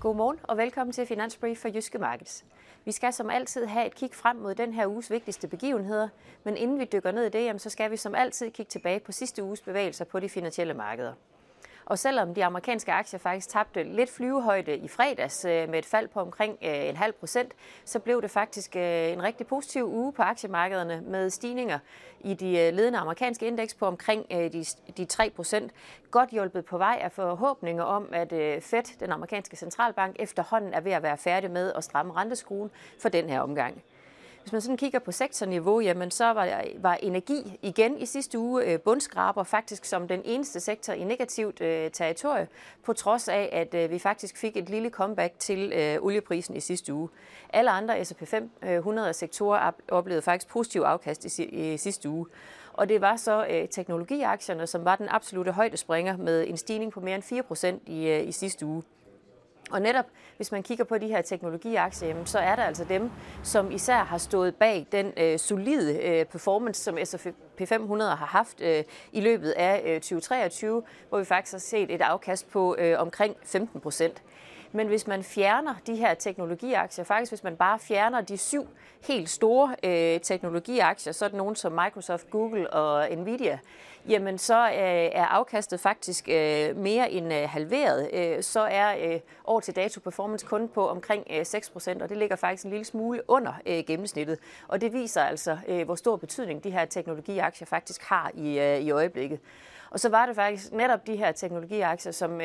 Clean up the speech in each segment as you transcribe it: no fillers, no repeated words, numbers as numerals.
Godmorgen og velkommen til Finansbrief for Jyske Markets. Vi skal som altid have et kig frem mod den her uges vigtigste begivenheder, men inden vi dykker ned i det, så skal vi som altid kigge tilbage på sidste uges bevægelser på de finansielle markeder. Og selvom de amerikanske aktier faktisk tabte lidt flyvehøjde i fredags med et fald på omkring 0,5%, så blev det faktisk en rigtig positiv uge på aktiemarkederne med stigninger i de ledende amerikanske indeks på omkring de 3%. Godt hjulpet på vej af forhåbninger om, at Fed, den amerikanske centralbank, efterhånden er ved at være færdig med at stramme renteskruen for den her omgang. Hvis man sådan kigger på sektorniveau, jamen så var energi igen i sidste uge bundskraber faktisk som den eneste sektor i negativt territorie, på trods af, at vi faktisk fik et lille comeback til olieprisen i sidste uge. Alle andre S&P 500 sektorer oplevede faktisk positiv afkast i sidste uge. Og det var så teknologiaktierne, som var den absolute højdespringer med en stigning på mere end 4% i sidste uge. Og netop, hvis man kigger på de her teknologiaktier, så er der altså dem, som især har stået bag den solide performance, som S&P 500 har haft i løbet af 2023, hvor vi faktisk har set et afkast på omkring 15%. Men hvis man fjerner de her teknologiaktier, faktisk hvis man bare fjerner de 7 helt store teknologiaktier, sådan nogle som Microsoft, Google og Nvidia, jamen så er afkastet faktisk mere end halveret. Så er år til dato performance kun på omkring 6%, og det ligger faktisk en lille smule under gennemsnittet. Og det viser altså, hvor stor betydning de her teknologiaktier faktisk har i øjeblikket. Og så var det faktisk netop de her teknologiaktier, som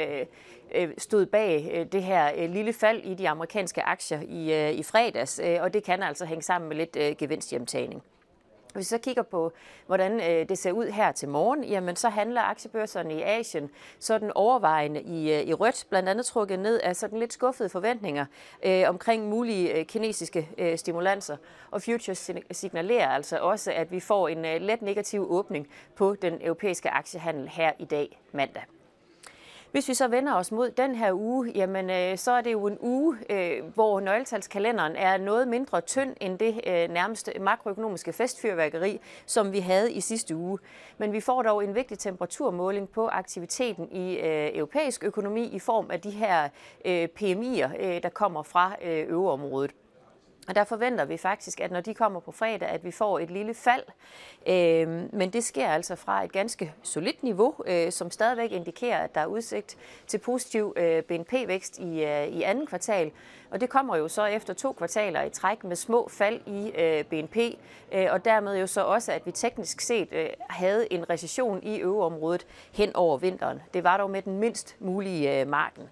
stod bag det her lille fald i de amerikanske aktier i fredags, og det kan altså hænge sammen med lidt gevinsthjemtagning. Hvis vi så kigger på, hvordan det ser ud her til morgen, jamen så handler aktiebørserne i Asien sådan overvejende i rødt, blandt andet trukket ned af sådan lidt skuffede forventninger omkring mulige kinesiske stimulanser. Og futures signalerer altså også, at vi får en let negativ åbning på den europæiske aktiehandel her i dag mandag. Hvis vi så vender os mod den her uge, jamen så er det jo en uge, hvor nøgletalskalenderen er noget mindre tynd end det nærmeste makroøkonomiske festfyrværkeri, som vi havde i sidste uge. Men vi får dog en vigtig temperaturmåling på aktiviteten i europæisk økonomi i form af de her PMI'er, der kommer fra euroområdet. Og der forventer vi faktisk, at når de kommer på fredag, at vi får et lille fald. Men det sker altså fra et ganske solidt niveau, som stadigvæk indikerer, at der er udsigt til positiv BNP-vækst i anden kvartal. Og det kommer jo så efter 2 kvartaler i træk med små fald i BNP, og dermed jo så også, at vi teknisk set havde en recession i euroområdet hen over vinteren. Det var dog med den mindst mulige margen.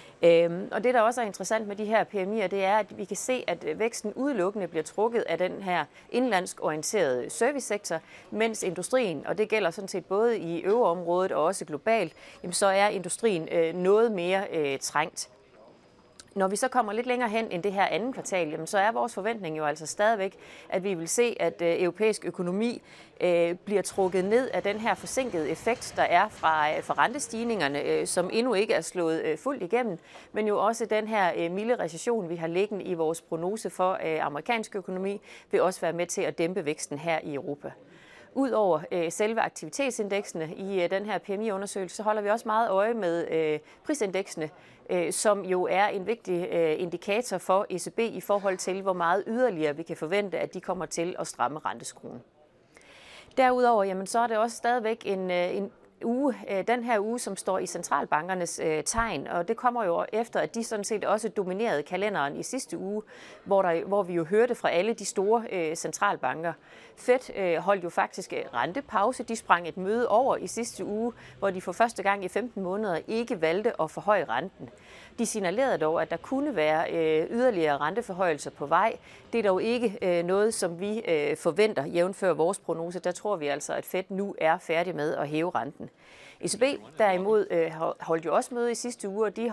Og det, der også er interessant med de her PMI'er, det er, at vi kan se, at væksten udelukkende bliver trukket af den her indlandsk orienterede servicesektor, mens industrien, og det gælder sådan set både i euroområdet og også globalt, jamen så er industrien noget mere trængt. Når vi så kommer lidt længere hen end det her anden kvartal, jamen så er vores forventning jo altså stadigvæk, at vi vil se, at europæisk økonomi bliver trukket ned af den her forsinkede effekt, der er fra rentestigningerne, som endnu ikke er slået fuldt igennem, men jo også den her milde recession, vi har liggende i vores prognose for amerikansk økonomi, vil også være med til at dæmpe væksten her i Europa. Udover selve aktivitetsindeksene i den her PMI-undersøgelse, så holder vi også meget øje med prisindeksene, som jo er en vigtig indikator for ECB i forhold til, hvor meget yderligere vi kan forvente, at de kommer til at stramme renteskruen. Derudover, jamen, så er det også stadigvæk en uge, den her uge, som står i centralbankernes tegn, og det kommer jo efter, at de sådan set også dominerede kalenderen i sidste uge, hvor vi jo hørte fra alle de store centralbanker. Fed holdt jo faktisk rentepause. De sprang et møde over i sidste uge, hvor de for første gang i 15 måneder ikke valgte at forhøje renten. De signalerede dog, at der kunne være yderligere renteforhøjelser på vej. Det er dog ikke noget, som vi forventer jævnfør vores prognose. Der tror vi altså, at Fed nu er færdig med at hæve renten. ECB derimod holdt jo også møde i sidste uge, og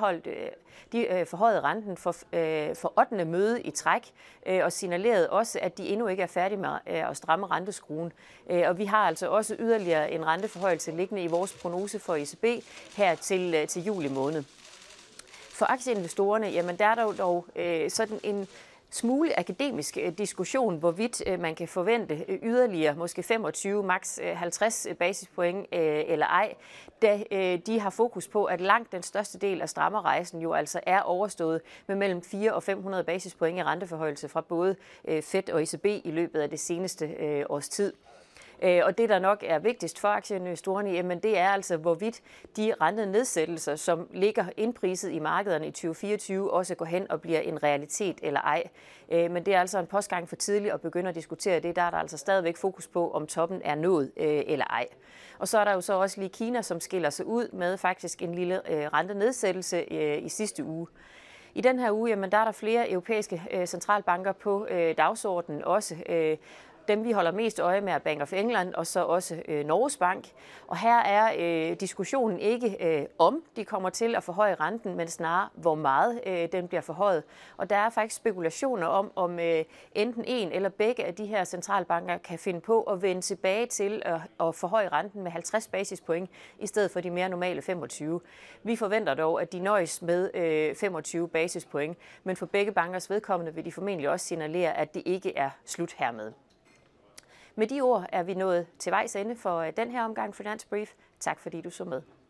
de forhøjede renten for 8. møde i træk, og signalerede også, at de endnu ikke er færdige med at stramme renteskruen. Og vi har altså også yderligere en renteforhøjelse liggende i vores prognose for ECB her til juli måned. For aktieinvestorerne, jamen der er der dog sådan en smule akademisk diskussion, hvorvidt man kan forvente yderligere, måske 25, maks 50 basispoint eller ej, da de har fokus på, at langt den største del af strammerrejsen jo altså er overstået med mellem 400 og 500 basispoint i renteforhøjelse fra både Fed og ECB i løbet af det seneste års tid. Og det, der nok er vigtigst for aktieinvestorerne, jamen det er altså, hvorvidt de rentenedsættelser, som ligger indpriset i markederne i 2024, også går hen og bliver en realitet eller ej. Men det er altså en postgang for tidligt at begynde at diskutere det. Der er der altså stadigvæk fokus på, om toppen er nået eller ej. Og så er der jo så også lige Kina, som skiller sig ud med faktisk en lille rentenedsættelse i sidste uge. I den her uge, jamen, der er der flere europæiske centralbanker på dagsordenen også. Dem, vi holder mest øje med, er Bank of England og så også Norges Bank. Og her er diskussionen ikke om de kommer til at forhøje renten, men snarere hvor meget den bliver forhøjet. Og der er faktisk spekulationer om enten en eller begge af de her centralbanker kan finde på at vende tilbage til at forhøje renten med 50 basispoint i stedet for de mere normale 25. Vi forventer dog, at de nøjes med 25 basispoint, men for begge bankers vedkommende vil de formentlig også signalere, at det ikke er slut hermed. Med de ord er vi nået til vejs ende for den her omgang Finansbrief. Tak fordi du så med.